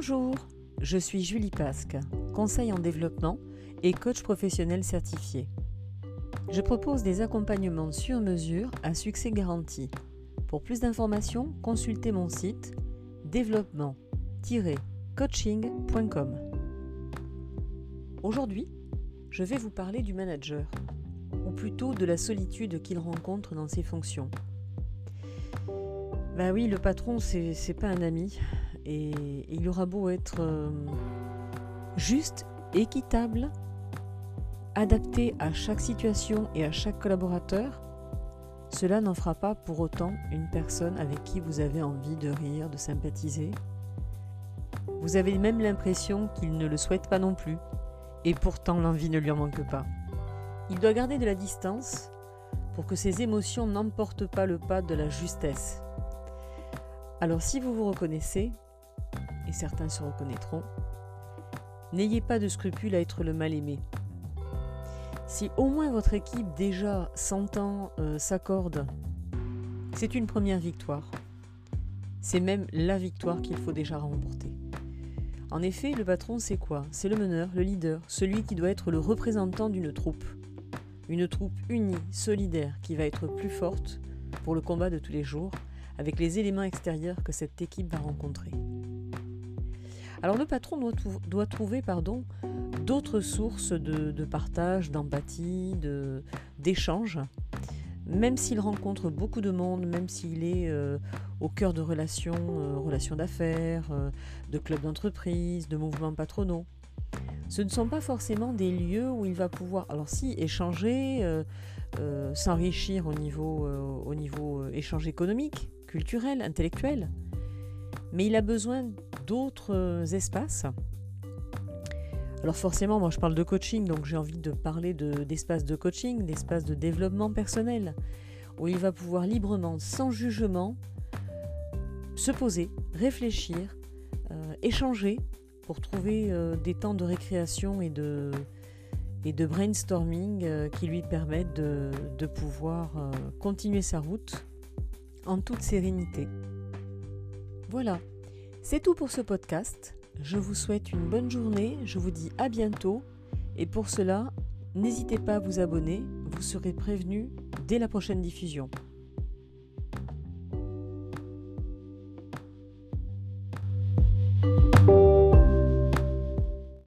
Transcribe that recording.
Bonjour, je suis Julie Pasque, conseil en développement et coach professionnel certifié. Je propose des accompagnements sur mesure à succès garanti. Pour plus d'informations, consultez mon site développement-coaching.com. Aujourd'hui, je vais vous parler du manager, ou plutôt de la solitude qu'il rencontre dans ses fonctions. Oui, le patron, c'est pas un ami, et il aura beau être juste, équitable, adapté à chaque situation et à chaque collaborateur, cela n'en fera pas pour autant une personne avec qui vous avez envie de rire, de sympathiser. Vous avez même l'impression qu'il ne le souhaite pas non plus, et pourtant l'envie ne lui en manque pas. Il doit garder de la distance pour que ses émotions n'emportent pas le pas de la justesse. Alors si vous vous reconnaissez, et certains se reconnaîtront, n'ayez pas de scrupule à être le mal-aimé. Si au moins votre équipe déjà s'entend, s'accorde, c'est une première victoire. C'est même la victoire qu'il faut déjà remporter. En effet, le patron, c'est quoi ? C'est le meneur, le leader, celui qui doit être le représentant d'une troupe. Une troupe unie, solidaire, qui va être plus forte pour le combat de tous les jours, avec les éléments extérieurs que cette équipe va rencontrer. Alors le patron doit trouver d'autres sources de partage, d'empathie, d'échange, même s'il rencontre beaucoup de monde, même s'il est au cœur de relations d'affaires, de clubs d'entreprise, de mouvements patronaux. Ce ne sont pas forcément des lieux où il va pouvoir, alors si, échanger, s'enrichir au niveau échange économique, culturel, intellectuel, mais il a besoin d'autres espaces. Alors forcément, moi je parle de coaching, donc j'ai envie de parler d'espaces de coaching, d'espaces de développement personnel, où il va pouvoir librement, sans jugement, se poser, réfléchir, échanger, pour trouver des temps de récréation et de brainstorming qui lui permettent de pouvoir continuer sa route en toute sérénité. Voilà, c'est tout pour ce podcast. Je vous souhaite une bonne journée, je vous dis à bientôt et pour cela, n'hésitez pas à vous abonner, vous serez prévenu dès la prochaine diffusion.